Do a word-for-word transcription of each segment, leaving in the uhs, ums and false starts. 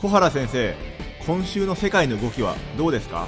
小原先生、今週の世界の動きはどうですか？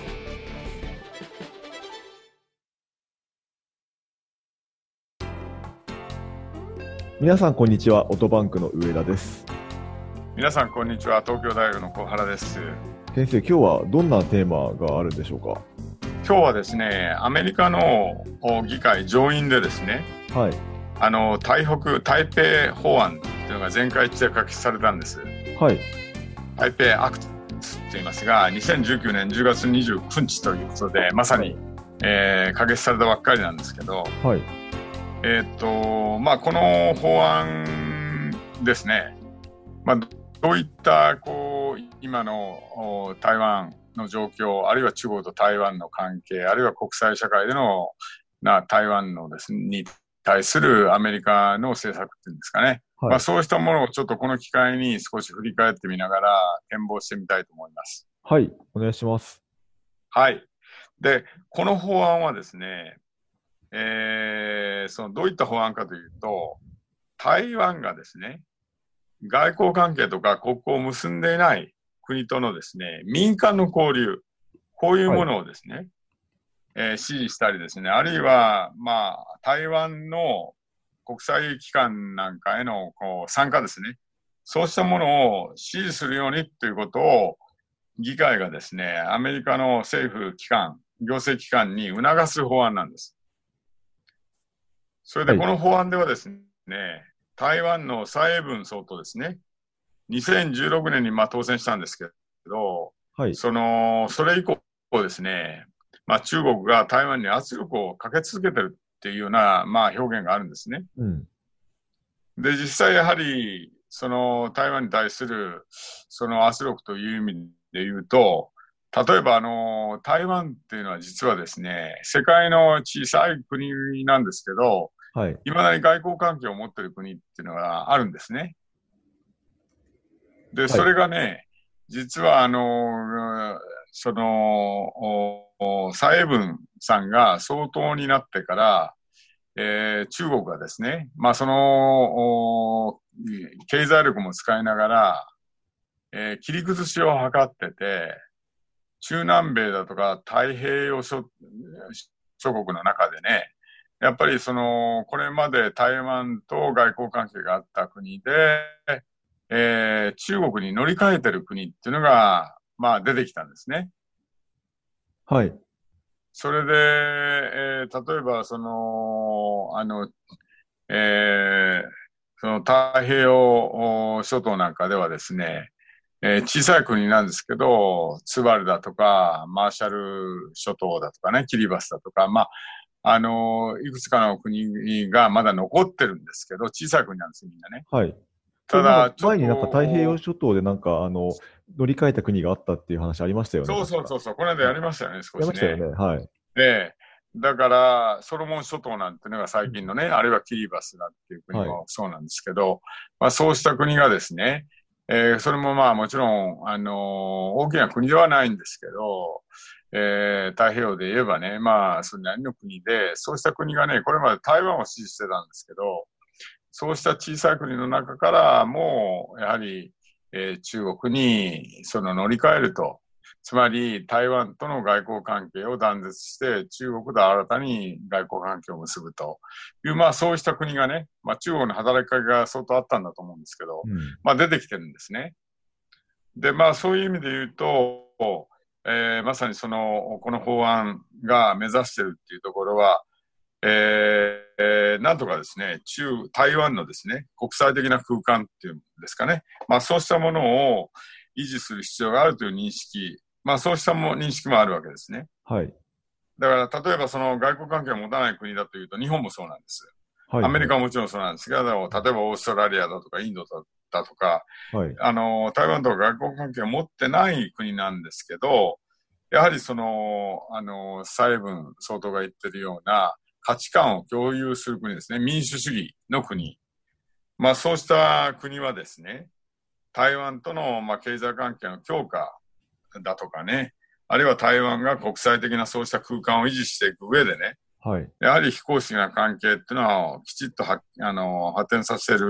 皆さんこんにちは。オトバンクの上田です。 皆さんこんにちは。東京大学の小原です。 先生、今日はどんなテーマがあるんでしょうか？ 今日はですね、アメリカの議会上院でですね、 はい、 あの台北台北法案というのが全会一致で可決されたんです。 はい、 台北アクトと言いますが、にせんじゅうきゅうねんじゅうがつにじゅうくにちということで、まさに、えー、可決されたばっかりなんですけど、 はい、 えーっとまあ、この法案ですね、まあ、どういったこう今の台湾の状況、あるいは中国と台湾の関係、あるいは国際社会でのな台湾のですね、に対するアメリカの政策っていうんですかね、 はい、 まあ、そうしたものをちょっとこの機会に少し振り返ってみながら展望してみたいと思います。 はい、お願いします。 はい。で、この法案はですね、えー、そのどういった法案かというと、台湾がですね、外交関係とか国交を結んでいない国とのですね、民間の交流、こういうものをですね、はい、えー、支持したりですね、あるいは、まあ、台湾の国際機関なんかへのこう参加ですね、そうしたものを支持するようにということを、議会がですね、アメリカの政府機関、行政機関に促す法案なんです。それでこの法案ではですね、はい、台湾の蔡英文総統ですね、にせんじゅうろくねんにまあ当選したんですけど、はい、そのそれ以降ですね、まあ、中国が台湾に圧力をかけ続けてるっていうような、まあ、表現があるんですね。うん、で、実際やはりその台湾に対するその圧力という意味で言うと、例えばあの台湾っていうのは実はですね、世界の小さい国なんですけど、はい、未だに外交関係を持っている国っていうのがあるんですね。で、はい、それがね、実はあの、その、蔡英文さんが総統になってから、えー、中国がですね、まあその、経済力も使いながら、えー、切り崩しを図ってて、中南米だとか太平洋諸、諸国の中でね、やっぱりその、これまで台湾と外交関係があった国で、えー、中国に乗り換えてる国っていうのが、まあ出てきたんですね。 はい。 それで、えー、例えばその、あの、えー、その太平洋諸島なんかではですね、えー、小さい国なんですけど、ツバルだとか、マーシャル諸島だとかね、キリバスだとか、まあ、あの、いくつかの国がまだ残ってるんですけど、小さい国なんですよ、みんなね。 はい。 ただ、 ちょっと前になんか太平洋諸島でなんか、あの、乗り換えた国があったっていう話ありましたよね。 そうそうそうそう、この間やりましたよね、少しね。 やりましたよね、はい。 で、だから、ソロモン諸島なんていうのが最近のね、あるいはキリバスなんていう国もそうなんですけど、はい、まあそうした国がですね、えー、それもまあもちろん、あのー、大きな国ではないんですけど、えー、太平洋で言えばね、まあそれなりの国で、そうした国がね、これまで台湾を支持してたんですけど、そうした小さい国の中からも、やはり、えー、中国にその乗り換えると、つまり台湾との外交関係を断絶して中国と新たに外交関係を結ぶという、まあそうした国がね、まあ中国の働きかけが相当あったんだと思うんですけど、うん、まあ出てきてるんですね。で、まあそういう意味で言うと、えー、まさにその、この法案が目指しているっていうところは、えー、なんとかですね、中、台湾のですね、国際的な空間っていうんですかね、まあそうしたものを維持する必要があるという認識、まあそうしたも認識もあるわけですね。 はい。 だから例えばその外交関係を持たない国だというと日本もそうなんです。はい、アメリカはもちろんそうなんですが、例えばオーストラリアだとかインドだとか、はい、あの、台湾とは外交関係を持ってない国なんですけど、やはりその、あの、蔡英文総統が言ってるような価値観を共有する国ですね。民主主義の国。まあそうした国はですね、台湾との、まあ、経済関係の強化だとかね、あるいは台湾が国際的なそうした空間を維持していく上でね、はい、やはり非公式な関係っていうのはきちっとはあの発展させる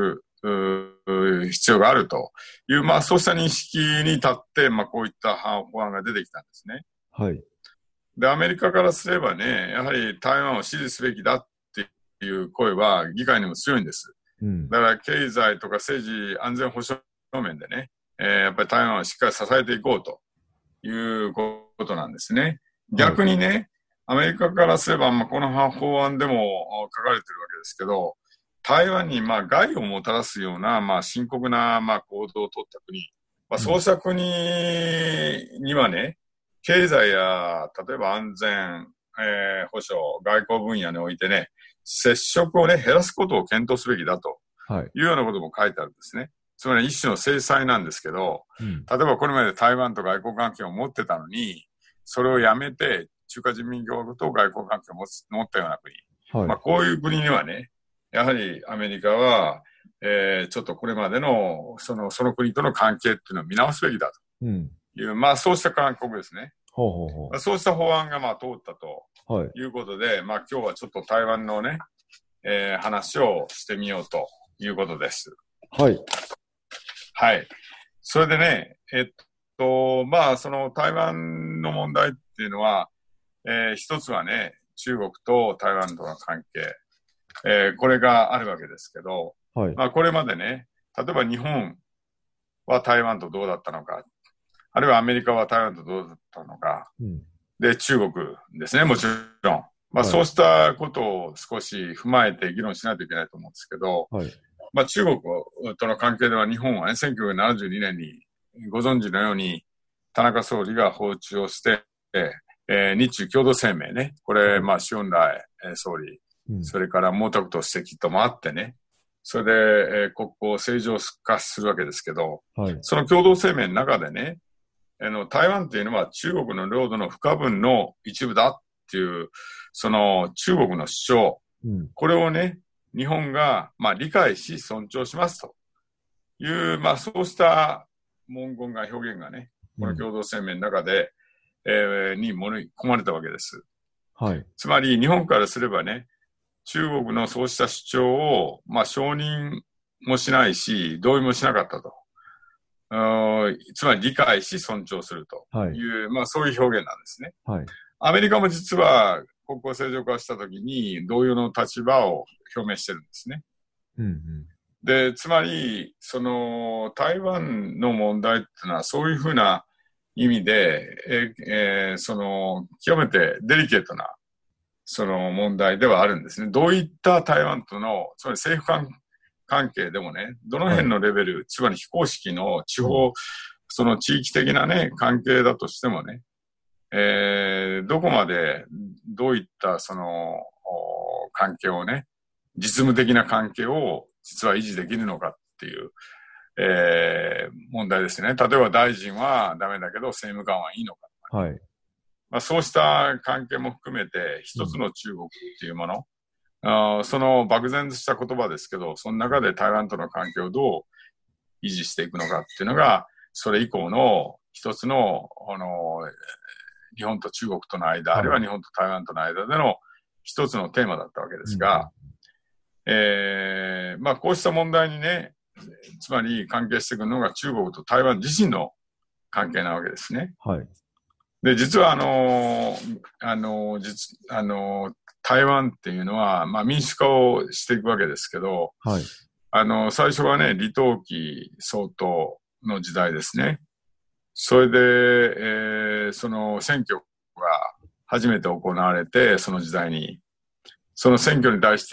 必要があるという、まあそうした認識に立って、まあこういった法案が出てきたんですね。 はい。 で、アメリカからすればね、やはり台湾を支持すべきだっていう声は議会にも強いんです。うん、だから経済とか政治安全保障面でね、えー、やっぱり台湾をしっかり支えていこうということなんですね。逆にね、はい、アメリカからすれば、まあ、この法案でも書かれてるわけですけど、台湾にまあ害をもたらすような、まあ、深刻なまあ行動を取った国、まあ、そうした国にはね、経済や例えば安全、えー、保障、外交分野においてね、接触をね、減らすことを検討すべきだというようなことも書いてあるんですね。つまり一種の制裁なんですけど、うん、例えばこれまで台湾と外交関係を持ってたのに、それをやめて中華人民共和国と外交関係を持つ持ったような国、はい、まあ、こういう国にはね、やはりアメリカは、えー、ちょっとこれまでのそのその国との関係っていうのを見直すべきだという、うん、まあそうした勧告ですね。ほうほうほう、まあ、そうした法案がまあ通ったということで、はい、まあ今日はちょっと台湾のね、えー、話をしてみようということです。 はい。 はい。それでね、えっと、まあその台湾の問題っていうのは、えー、一つはね、中国と台湾との関係、えー、これがあるわけですけど、はい、まあこれまでね、例えば日本は台湾とどうだったのか、あるいはアメリカは台湾とどうだったのか、うん、で、中国ですね、もちろん。まあそうしたことを少し踏まえて議論しないといけないと思うんですけど、はい、まあ中国との関係では日本はね、せんきゅうひゃくななじゅうにねんにご存知のように田中総理が訪中をして、えー、日中共同声明ね、これ、まあ周恩来総理、うん、それから毛沢東主席ともあってね、それで、えー、国交を正常化するわけですけど、はい、その共同声明の中でね、あの台湾っていうのは中国の領土の不可分の一部だっていう、その中国の主張、うん、これをね、日本が、まあ、理解し尊重しますという、まあそうした文言が、表現がね、この共同声明の中で、うん、えー、に盛り込まれたわけです。はい。つまり日本からすればね、中国のそうした主張を、まあ承認もしないし、同意もしなかったと。つまり理解し尊重するという、はい、まあそういう表現なんですね。はい、アメリカも実は国交正常化したときに同様の立場を表明してるんですね。うんうん、で、つまり、その台湾の問題っていうのはそういうふうな意味で、ええー、その極めてデリケートなその問題ではあるんですね。どういった台湾との、つまり政府間関係でもね、どの辺のレベル、はい、つまり非公式の地方、うん、その地域的なね、関係だとしてもね、えー、どこまでどういったその関係をね、実務的な関係を実は維持できるのかっていう、えー、問題ですね。例えば大臣はダメだけど政務官はいいのか、はい、まあ、そうした関係も含めて一つの中国っていうもの、うん、あその漠然とした言葉ですけど、その中で台湾との関係をどう維持していくのかっていうのが、それ以降の一つの、あの、日本と中国との間、はい、あるいは日本と台湾との間での一つのテーマだったわけですが、うん、えー、まあこうした問題にね、つまり関係してくるのが中国と台湾自身の関係なわけですね。はい。で、実はあの、あの、実、あの、台湾っていうのは、まあ民主化をしていくわけですけど、はい。あの、最初はね、李登輝総統の時代ですね。それで、えー、その選挙が初めて行われて、その時代に、その選挙に対して、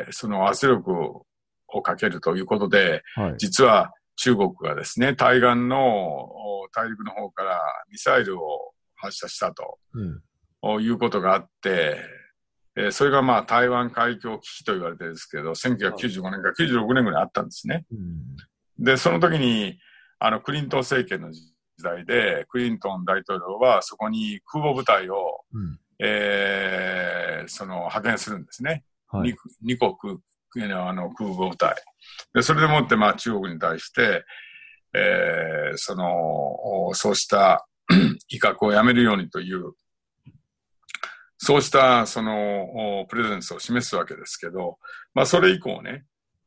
その圧力をかけるということで、はい、実は中国がですね、対岸の大陸の方からミサイルを発射したと、うん、いうことがあって、えー、それがまあ台湾海峡危機と言われてるんですけど、せんきゅうひゃくきゅうじゅうごねんからきゅうじゅうろくねんぐらいあったんですね。うん、で、その時に、あの、クリントン政権の時代で、クリントン大統領はそこに空母部隊を、うん、えー、その派遣するんですね。はい、にこくあの空母部隊。で、それでもってまあ中国に対して、えー、その、そうした威嚇をやめるようにという、そうしたそのプレゼンスを示すわけですけど、まあそれ以降ね、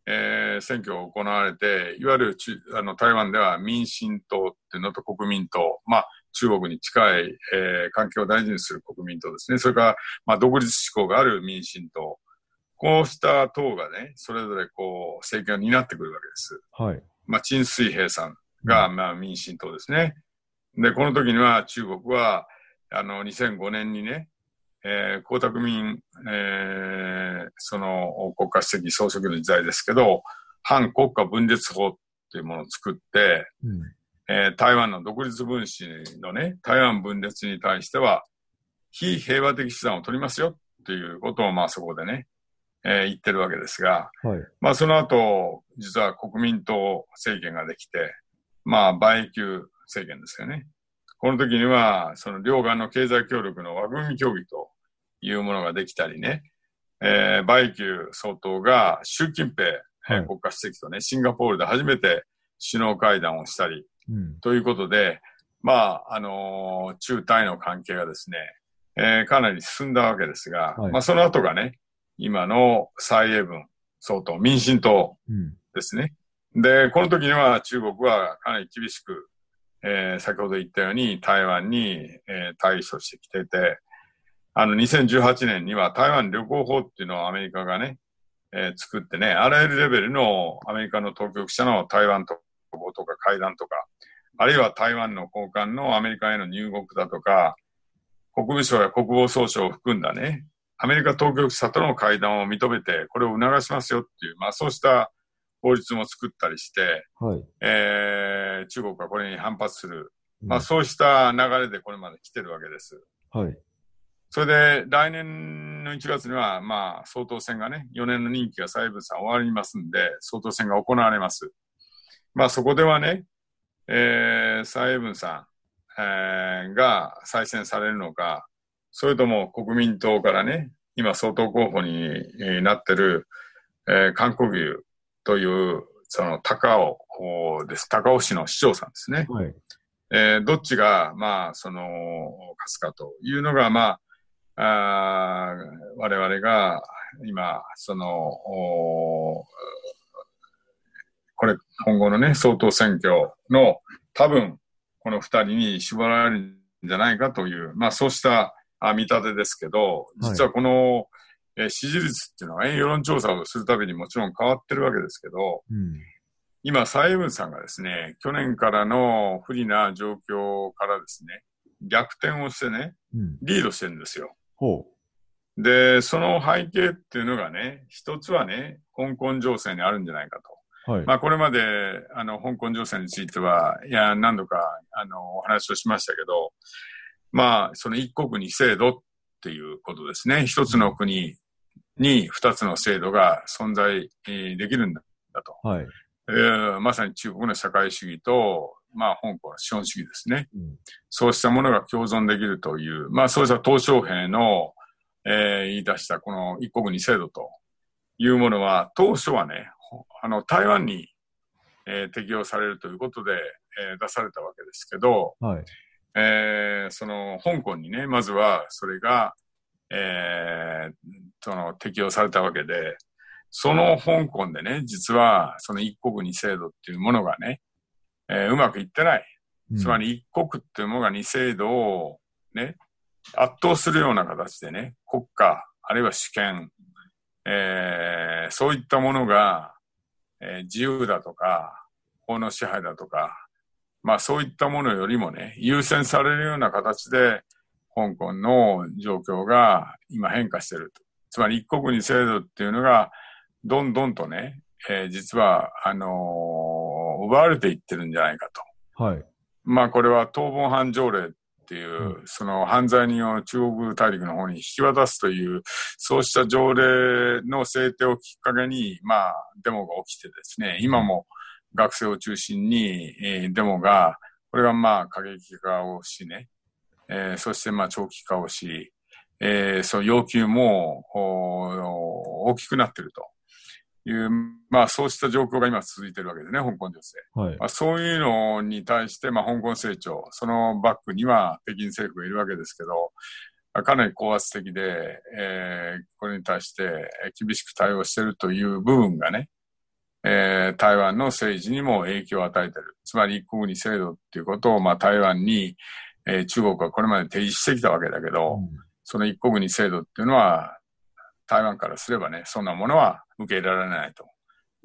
えー、選挙が行われて、いわゆるあの台湾では民進党っていうのと国民党、まあ中国に近い、えー、環境を大事にする国民党ですね。それから、まあ独立志向がある民進党。こうした党がね、それぞれこう政権を担ってくるわけです。 はい。 まあ陳水平さんが、まあ民進党ですね。で、この時には中国は、あの、にせんごねんにね、えー、江沢民、えー、その国家主席総書記の時代ですけど、反国家分裂法っていうものを作って、うんえー、台湾の独立分子のね、台湾分裂に対しては、非平和的手段を取りますよっていうことを、まあそこでね、えー、言ってるわけですが、はい、まあその後、実は国民党政権ができて、まあ馬英九政権ですよね。この時には、その両岸の経済協力の枠組み協議というものができたりね、えー、馬英九総統が習近平、はい、国家主席とね、シンガポールで初めて首脳会談をしたり、うん、ということで、まあ、あのー、中台の関係がですね、えー、かなり進んだわけですが、はい、まあその後がね、今の蔡英文総統、民進党ですね、うん。で、この時には中国はかなり厳しく、えー、先ほど言ったように台湾に、えー、対処してきてて、あのにせんじゅうはちねんには台湾旅行法っていうのをアメリカがね、えー、作ってね、あらゆるレベルのアメリカの当局者の台湾渡航とか会談とか、あるいは台湾の高官のアメリカへの入国だとか、国務省や国防総省を含んだね、アメリカ当局者との会談を認めて、これを促しますよっていう、まあそうした法律も作ったりして、はいえー、中国はこれに反発する。うん、まあそうした流れでこれまで来てるわけです。はい。それで来年のいちがつには、まあ総統選がね、よねんの任期が蔡英文さん終わりますんで、総統選が行われます。まあそこではね、えー、蔡英文さん、えー、が再選されるのか、それとも国民党からね、今総統候補になってる、えー、韓国瑜という、その高尾です。高尾市の市長さんですね。はいえー、どっちが、まあ、その、勝つかというのが、まあ、あ我々が今、その、これ、今後のね、総統選挙の多分、この二人に絞られるんじゃないかという、まあ、そうした見立てですけど、実はこの、はいえー、支持率っていうのは、ね、世論調査をするたびにもちろん変わってるわけですけど、うん今、蔡英文さんがですね、去年からの不利な状況からですね、逆転をしてね、リードしてるんですよ。ほう。で、その背景っていうのがね、一つはね、香港情勢にあるんじゃないかと。はい。まあ、これまで、あの、香港情勢については、いや、何度か、あの、お話をしましたけど、まあ、その一国二制度っていうことですね。一つの国に二つの制度が存在できるんだと。はい。えー、まさに中国の社会主義と、まあ、香港の資本主義ですね、うん。そうしたものが共存できるという、まあ、そうした鄧小平の、えー、言い出したこの一国二制度というものは、当初はね、あの、台湾に、えー、適用されるということで、えー、出されたわけですけど、はいえー、その、香港にね、まずはそれが、えー、その、適用されたわけで、その香港でね、実はその一国二制度っていうものがね、えー、うまくいってない。うん、つまり一国っていうものが二制度をね、圧倒するような形でね、国家、あるいは主権、えー、そういったものが、えー、自由だとか、法の支配だとか、まあそういったものよりもね、優先されるような形で、香港の状況が今変化していると。つまり一国二制度っていうのが、どんどんとね、えー、実は、あのー、奪われていってるんじゃないかと。はい。まあ、これは逃亡犯条例っていう、うん、その犯罪人を中国大陸の方に引き渡すという、そうした条例の制定をきっかけに、まあ、デモが起きてですね、今も学生を中心に、えー、デモが、これがまあ、過激化をしね、えー、そしてまあ、長期化をし、えー、その要求も大きくなっていると。いう、まあそうした状況が今続いているわけですね、香港情勢。はいまあ、そういうのに対して、まあ香港成長、そのバックには北京政府がいるわけですけど、かなり高圧的で、えー、これに対して厳しく対応しているという部分がね、 えー、台湾の政治にも影響を与えている。つまり一国二制度っていうことを、まあ、台湾に、えー、中国はこれまで提示してきたわけだけど、うん、その一国二制度っていうのは、台湾からすればね、そんなものは受け入れられないという、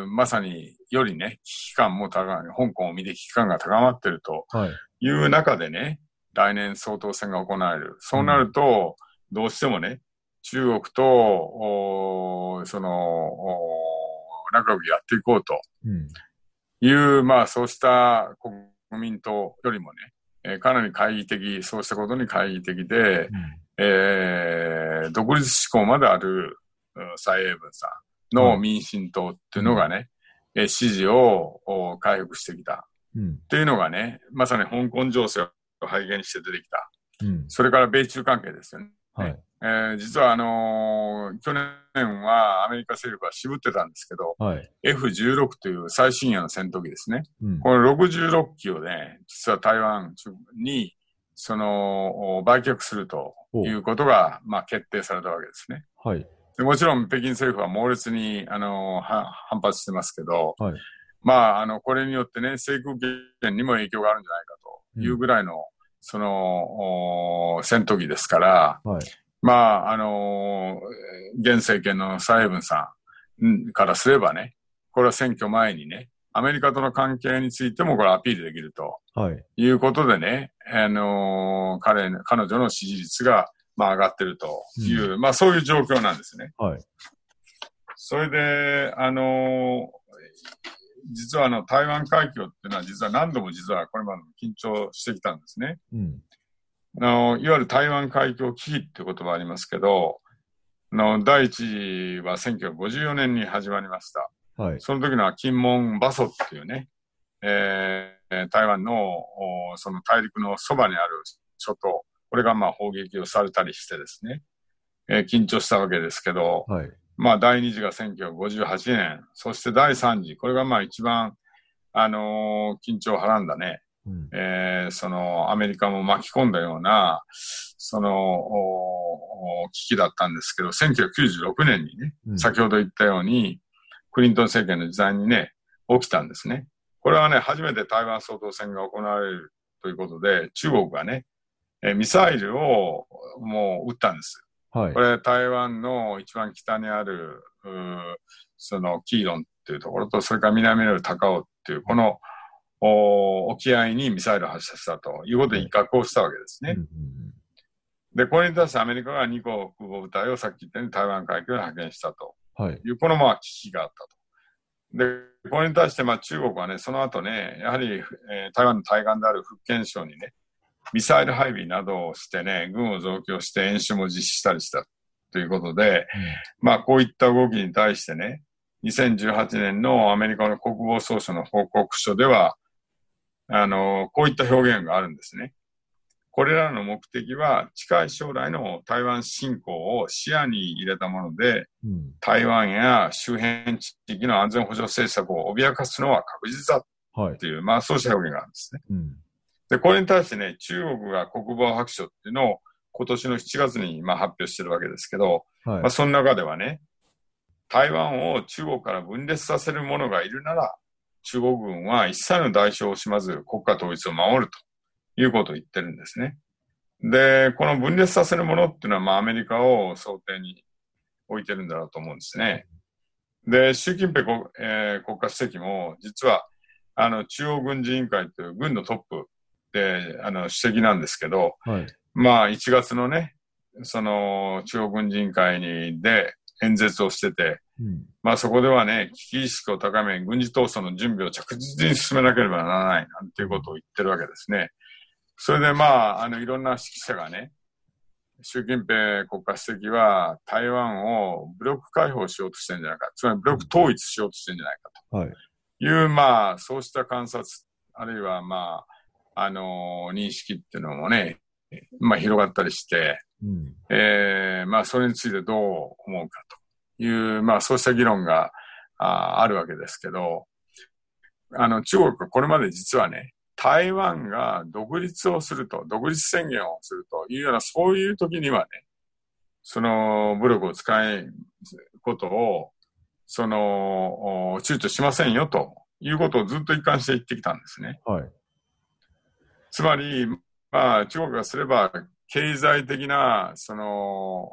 まさによりね、危機感も高い、香港を見て危機感が高まっているという中でね、はい、来年総統選が行われる。そうなると、うん、どうしてもね、中国と、その、仲良くやっていこうという、うん、まあそうした国民党よりもね、えー、かなり懐疑的、そうしたことに懐疑的で、うん、えー、独立志向まである蔡英文さんの民進党っていうのがね、うん、支持を回復してきた、うん、っていうのがね、まさに香港情勢を背景にして出てきた。うん、それから米中関係ですよね。はい、えー、実はあのー、去年はアメリカ政府は渋ってたんですけど、はい、エフじゅうろく という最新鋭の戦闘機ですね。うん、このろくじゅうろっきをね、実は台湾に、その、売却するということが、まあ、決定されたわけですね。はい、でもちろん北京政府は猛烈に、あのー、反発してますけど、はい、まあ、あの、これによってね、制空権にも影響があるんじゃないかというぐらいの、うん、その、戦闘機ですから、はい、まあ、あのー、現政権の蔡英文さんからすればね、これは選挙前にね、アメリカとの関係についてもこれアピールできると、はい、いうことでね、あのー、彼、彼女の支持率が、まあ、上がってるという、うん、まあそういう状況なんですね。はい、それで、あのー、実はあの台湾海峡っていうのは実は何度も実はこれまでも緊張してきたんですね。うん、あのいわゆる台湾海峡危機っていう言葉ありますけど、あの第一次はせんきゅうひゃくごじゅうよねんに始まりました。はい、その時のは金門馬祖っていうね、えー、台湾のその大陸のそばにある諸島、これがまあ砲撃をされたりしてですね、えー、緊張したわけですけど、はい、まあ第二次がせんきゅうひゃくごじゅうはちねん、そして第三次、これがまあ一番、あのー、緊張をはらんだね、うんえー、そのアメリカも巻き込んだような、その危機だったんですけど、せんきゅうひゃくきゅうじゅうろくねんにね、うん、先ほど言ったように、クリントン政権の時代にね、起きたんですね。これはね、初めて台湾総統選が行われるということで、中国がね、えミサイルをもう撃ったんです。はい、これ台湾の一番北にある、そのキーロンっていうところと、それから南にある高雄っていう、この沖合にミサイルを発射したということで威嚇をしたわけですね。はいうんうん、で、これに対してアメリカがにこ空母部隊をさっき言ったように台湾海峡に派遣したという、このまあ危機があったと。で、これに対してまあ中国はね、その後ね、やはり、えー、台湾の対岸である福建省にね、ミサイル配備などをしてね、軍を増強して演習も実施したりしたということで、うん、まあこういった動きに対してね、にせんじゅうはちねんのアメリカの国防総省の報告書では、あの、こういった表現があるんですね。これらの目的は近い将来の台湾侵攻を視野に入れたもので、うん、台湾や周辺地域の安全保障政策を脅かすのは確実だっていう、はい、まあそうした表現があるんですね。うんで、これに対してね、中国が国防白書っていうのを今年のしちがつにまあ発表してるわけですけど、はい、まあその中ではね、台湾を中国から分裂させる者がいるなら、中国軍は一切の代償を惜しまず国家統一を守るということを言ってるんですね。で、この分裂させる者っていうのはまあアメリカを想定に置いてるんだろうと思うんですね。で、習近平国、えー、国家主席も実はあの中央軍事委員会という軍のトップで、あの、主席なんですけど、はい、まあ、いちがつのね、その、中央軍事委員会にで演説をしてて、うん、まあそこではね、危機意識を高め、軍事闘争の準備を着実に進めなければならない、なんていうことを言ってるわけですね。それでまあ、あの、いろんな指揮者がね、習近平国家主席は台湾を武力解放しようとしてるんじゃないか、つまり武力統一しようとしてるんじゃないかという、はい、まあ、そうした観察、あるいはまあ、あのー、認識っていうのもね、まあ広がったりして、うん、えー、まあそれについてどう思うかという、まあそうした議論が あ, あるわけですけど、あの中国はこれまで実はね、台湾が独立をすると、独立宣言をするというような、そういう時にはね、その武力を使うことをその、躊躇しませんよということをずっと一貫して言ってきたんですね。 はい。 つまり、まあ、中国がすれば、経済的な、その、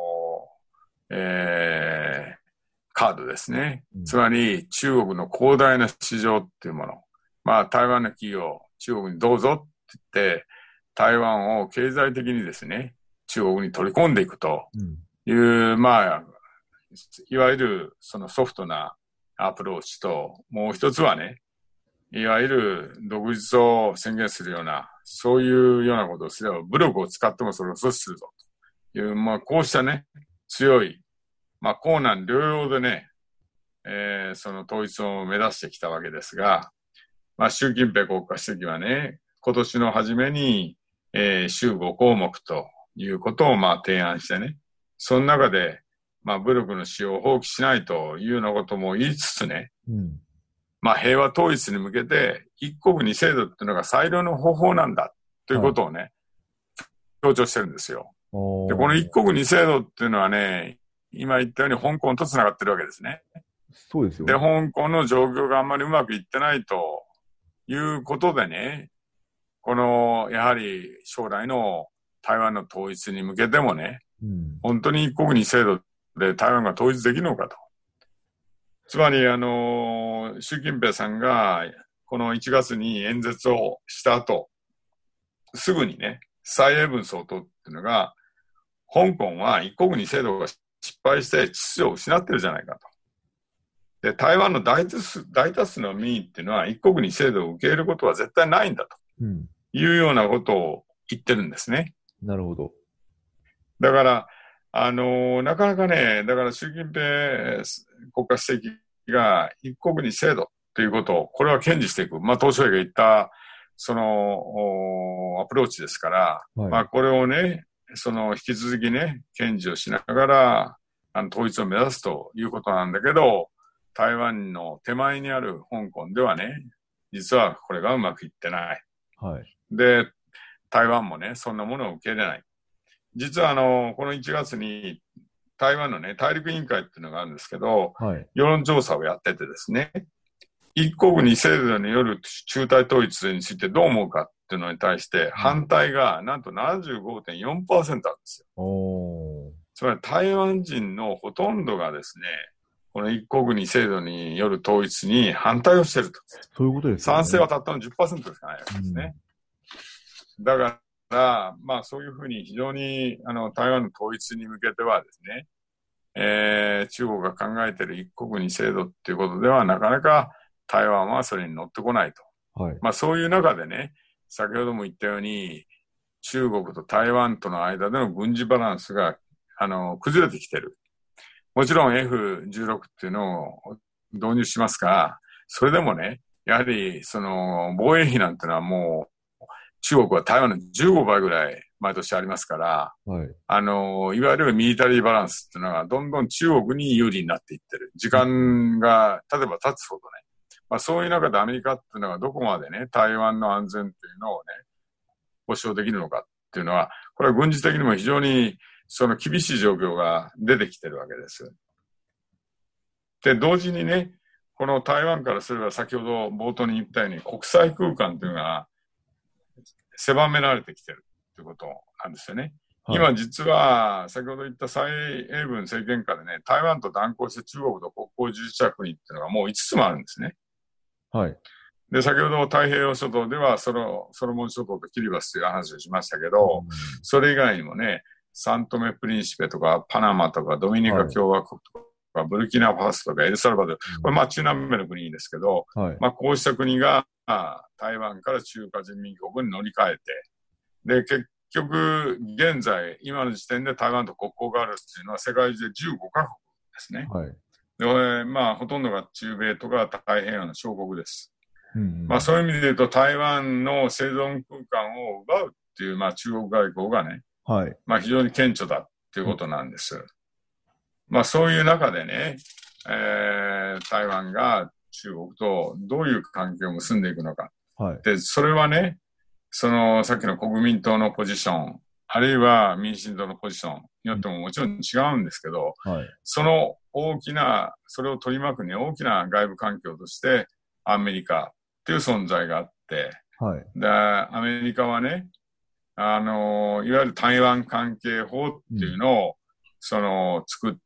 えー、カードですね。うん、つまり、中国の広大な市場っていうもの。まあ、台湾の企業、中国にどうぞって言って、台湾を経済的にですね、中国に取り込んでいくという、うん、まあ、いわゆるそのソフトなアプローチと、もう一つはね、いわゆる独立を宣言するような、そういうようなことをすれば、武力を使ってもそれを阻止するぞという、まあ、こうしたね、強い、まあ、硬軟両用でね、えー、その統一を目指してきたわけですが、まあ、習近平国家主席はね、今年の初めに、えー、週ご項目ということをまあ提案してね、その中で、まあ、武力の使用を放棄しないというようなことも言いつつね、うん、まあ、平和統一に向けて一国二制度っていうのが最良の方法なんだということをね、はい、強調してるんですよ。で、この一国二制度っていうのはね、今言ったように香港とつながってるわけですね。 そうですよね。 で、香港の状況があんまりうまくいってないということでね、この、やはり将来の台湾の統一に向けてもね、うん、本当に一国二制度で台湾が統一できるのかと。つまり、あの、習近平さんがこのいちがつに演説をした後、すぐにね、蔡英文総統っていうのが、香港は一国二制度が失敗して秩序を失ってるじゃないかと。で、台湾の大多数、大多数の民意っていうのは一国二制度を受け入れることは絶対ないんだと、うん、いうようなことを言ってるんですね。 なるほど。 だから、あのー、なかなかね、だから習近平国家主席が一国二制度ということを、これは堅持していく。まあ、鄧小平が言った、その、アプローチですから、はい、まあ、これをね、その、引き続きね、堅持をしながら、あの、統一を目指すということなんだけど、台湾の手前にある香港ではね、実はこれがうまくいってない。はい。で、台湾もね、そんなものを受け入れない。実はあの、このいちがつに台湾のね、大陸委員会っていうのがあるんですけど、はい、世論調査をやっててですね、一国二制度による中台統一についてどう思うかっていうのに対して反対がなんと ななじゅうごてんよんパーセント なんですよ。おー。つまり台湾人のほとんどがですね、この一国二制度による統一に反対をしていると。 そういうことですね。 賛成はたったの じゅっパーセント ですかないわけですね。うん、だから、まあそういうふうに非常にあの台湾の統一に向けてはですね、えー、中国が考えている一国二制度っていうことではなかなか台湾はそれに乗ってこないと。はい、まあそういう中でね、先ほども言ったように中国と台湾との間での軍事バランスがあの崩れてきている。もちろん エフじゅうろく っていうのを導入しますが、それでもね、やはりその防衛費なんてのはもう中国は台湾のじゅうごばいぐらい毎年ありますから、はい、あの、いわゆるミリタリーバランスっていうのがどんどん中国に有利になっていってる。時間が例えば経つほどね。まあそういう中でアメリカっていうのがどこまでね、台湾の安全っていうのをね、保障できるのかっていうのは、これは軍事的にも非常にその厳しい状況が出てきてるわけです。で、同時にね、この台湾からすれば先ほど冒頭に言ったように国際空間というのが狭められてきてるということなんですよね。はい、今実は先ほど言った蔡英文政権下でね、台湾と断交して中国と国交樹立した国っていうのがもういつつもあるんですね。はい。で、先ほど太平洋諸島ではソロ、ソロモン諸島とキリバスという話をしましたけど、うん、それ以外にもね、サントメプリンシペとかパナマとかドミニカ共和国とか、はい、ブルキナファソとかエルサルバドル、これまあ中南米の国ですけど、はい、まあこうした国が台湾から中華人民共和国に乗り換えて、で、結局、現在、今の時点で台湾と国交があるっていうのは世界中でじゅうごかこくですね。はい。で、まあほとんどが中米とか太平洋の小国です。うんうん、まあそういう意味で言うと台湾の生存空間を奪うっていう、まあ中国外交がね、はい。まあ非常に顕著だっていうことなんです。うん、まあそういう中でね、えー、台湾が中国とどういう関係を結んでいくのか。はい。で、それはね、そのさっきの国民党のポジション、あるいは民進党のポジションによってももちろん違うんですけど、はい。その大きな、それを取り巻くね、大きな外部環境として、アメリカっていう存在があって、 はい。 で、アメリカはね、あの、いわゆる台湾関係法っていうのを、うん、その、作って、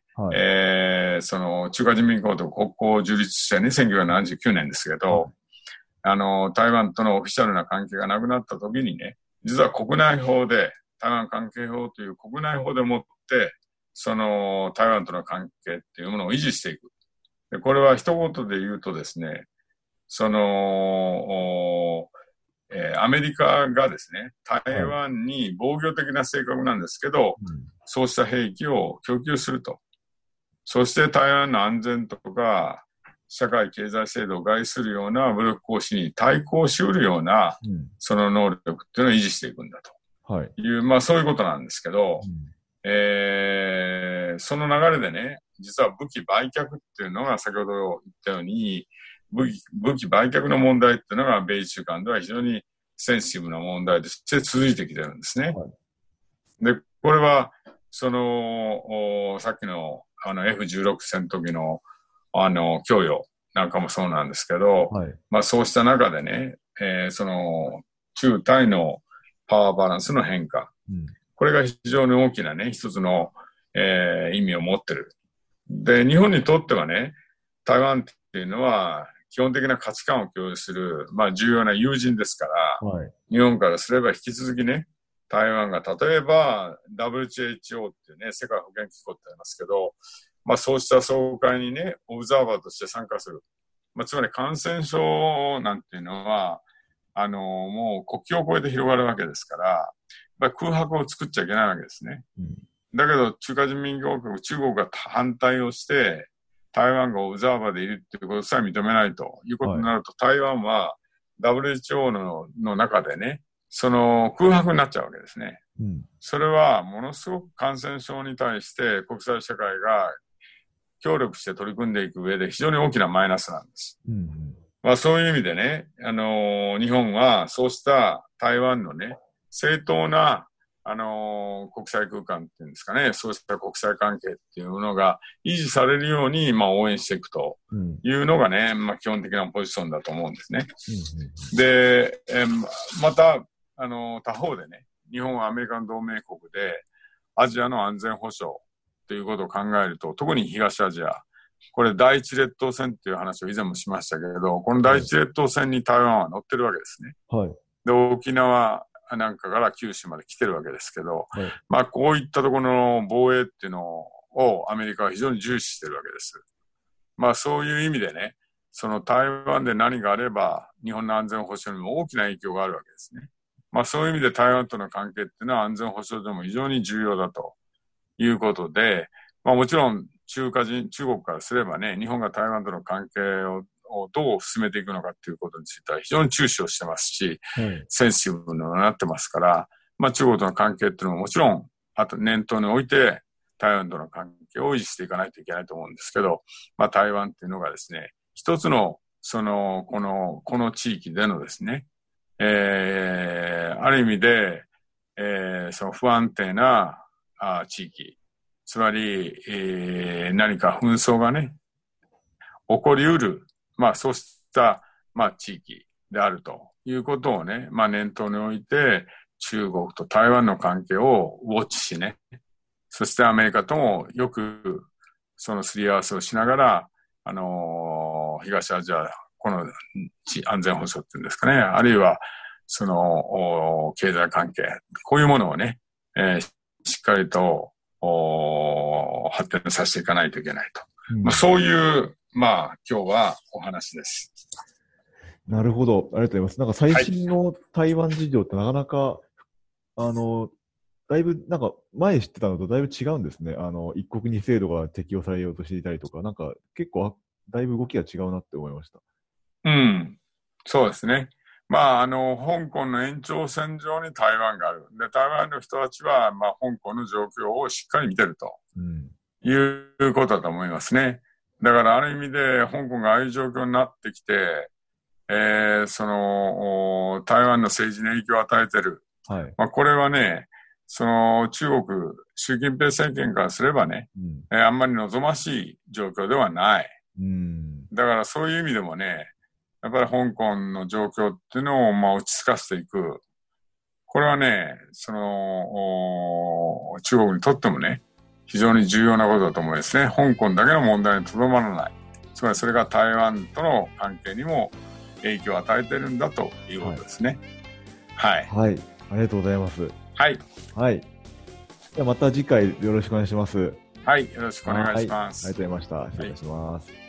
はい、えー、その、中華人民共和国国交樹立してね、せんきゅうひゃくななじゅうきゅうねんですけど、はい、あの、台湾とのオフィシャルな関係がなくなった時にね、実は国内法で、台湾関係法という国内法でもって、その、台湾との関係っていうものを維持していく。で、これは一言で言うとですね、その、えー、アメリカがですね、台湾に防御的な性格なんですけど、はい、そうした兵器を供給すると。そして台湾の安全とか、社会経済制度を害するような武力行使に対抗しうるような、うん、その能力っていうのを維持していくんだという、はい、まあそういうことなんですけど、うん、えー、その流れでね、実は武器売却っていうのが先ほど言ったように、武器、武器売却の問題っていうのが米中間では非常にセンシティブな問題として続いてきてるんですね。はい、で、これは、その、さっきのあの エフじゅうろく 戦闘機のあの供与なんかもそうなんですけど、はい、まあそうした中でね、えー、その中台のパワーバランスの変化、うん、これが非常に大きなね、一つの、えー、意味を持ってる。で、日本にとってはね、台湾っていうのは基本的な価値観を共有する、まあ重要な友人ですから、はい、日本からすれば引き続きね、台湾が例えば ダブリューエイチエイチオー っていうね、世界保健機構ってありますけど、まあそうした総会にね、オブザーバーとして参加する。まあつまり感染症なんていうのは、あの、もう国境を越えて広がるわけですから、やっぱり空白を作っちゃいけないわけですね。うん、だけど中華人民共和国、中国が反対をして、台湾がオブザーバーでいるっていうことさえ認めないということになると、はい、台湾は ダブリューエイチオー の, の中でね、その空白になっちゃうわけですね。うん、それはものすごく感染症に対して国際社会が協力して取り組んでいく上で非常に大きなマイナスなんです。うんうん、まあそういう意味でね、あのー、日本はそうした台湾のね、正当な、あのー、国際空間っていうんですかね、そうした国際関係っていうのが維持されるように、まあ応援していくというのがね、まあ基本的なポジションだと思うんですね。うんうん、で、えー、また、あのー、他方でね、日本はアメリカの同盟国でアジアの安全保障ということを考えると、特に東アジア、これ第一列島線っていう話を以前もしましたけれど、この第一列島線に台湾は乗ってるわけですね。はい、で、沖縄なんかから九州まで来てるわけですけど、はい、まあこういったところの防衛っていうのをアメリカは非常に重視してるわけです。まあそういう意味でね、その台湾で何があれば日本の安全保障にも大きな影響があるわけですね。まあそういう意味で台湾との関係っていうのは安全保障上も非常に重要だということで、まあもちろん中華人、中国からすればね、日本が台湾との関係ををどう進めていくのかということについては非常に注視をしてますし、うん、センシティブになってますから、まあ中国との関係っていうのももちろん、あと念頭に置いて台湾との関係を維持していかないといけないと思うんですけど、まあ台湾っていうのがですね、一つの、その、この、この地域でのですね、えー、ある意味で、えー、その不安定なあ地域、つまり、えー、何か紛争がね、起こりうる、まあそうした、まあ地域であるということをね、まあ念頭に置いて、中国と台湾の関係をウォッチしね、そしてアメリカともよくそのすり合わせをしながら、あのー、東アジア、この安全保障っていうんですかね、あるいはその経済関係、こういうものをね、えー、しっかりと発展させていかないといけないと。うん、まあ、そういう、まあ、今日はお話です。 なるほど。ありがとうございます。なんか最新の台湾事情ってなかなか、はい、あの、だいぶ、なんか前知ってたのとだいぶ違うんですね。あの、一国二制度が適用されようとしていたりとか、なんか結構、だいぶ動きが違うなって思いました。 うん。そうですね。まあ、あの、香港の延長線上に台湾がある。で、台湾の人たちは、まあ、香港の状況をしっかり見てると。うんいうことだと思いますね。だからある意味で香港がああいう状況になってきて、えー、その台湾の政治に影響を与えている。はい、まあこれはね、 その中国、習近平政権からすればね、 うんえーあんまり望ましい状況ではない。 うんだからそういう意味でもね、やっぱり香港の状況っていうのをまあ落ち着かせていく。これはね、その、お中国にとってもね、非常に重要なことだと思いますね。香港だけの問題にとどまらない。つまりそれが台湾との関係にも影響を与えているんだということですね。はい。 はい。ありがとうございます。 はい。 はい。ではまた次回よろしくお願いします。 はい。よろしくお願いします。 はい、ありがとうございました。失礼いたします。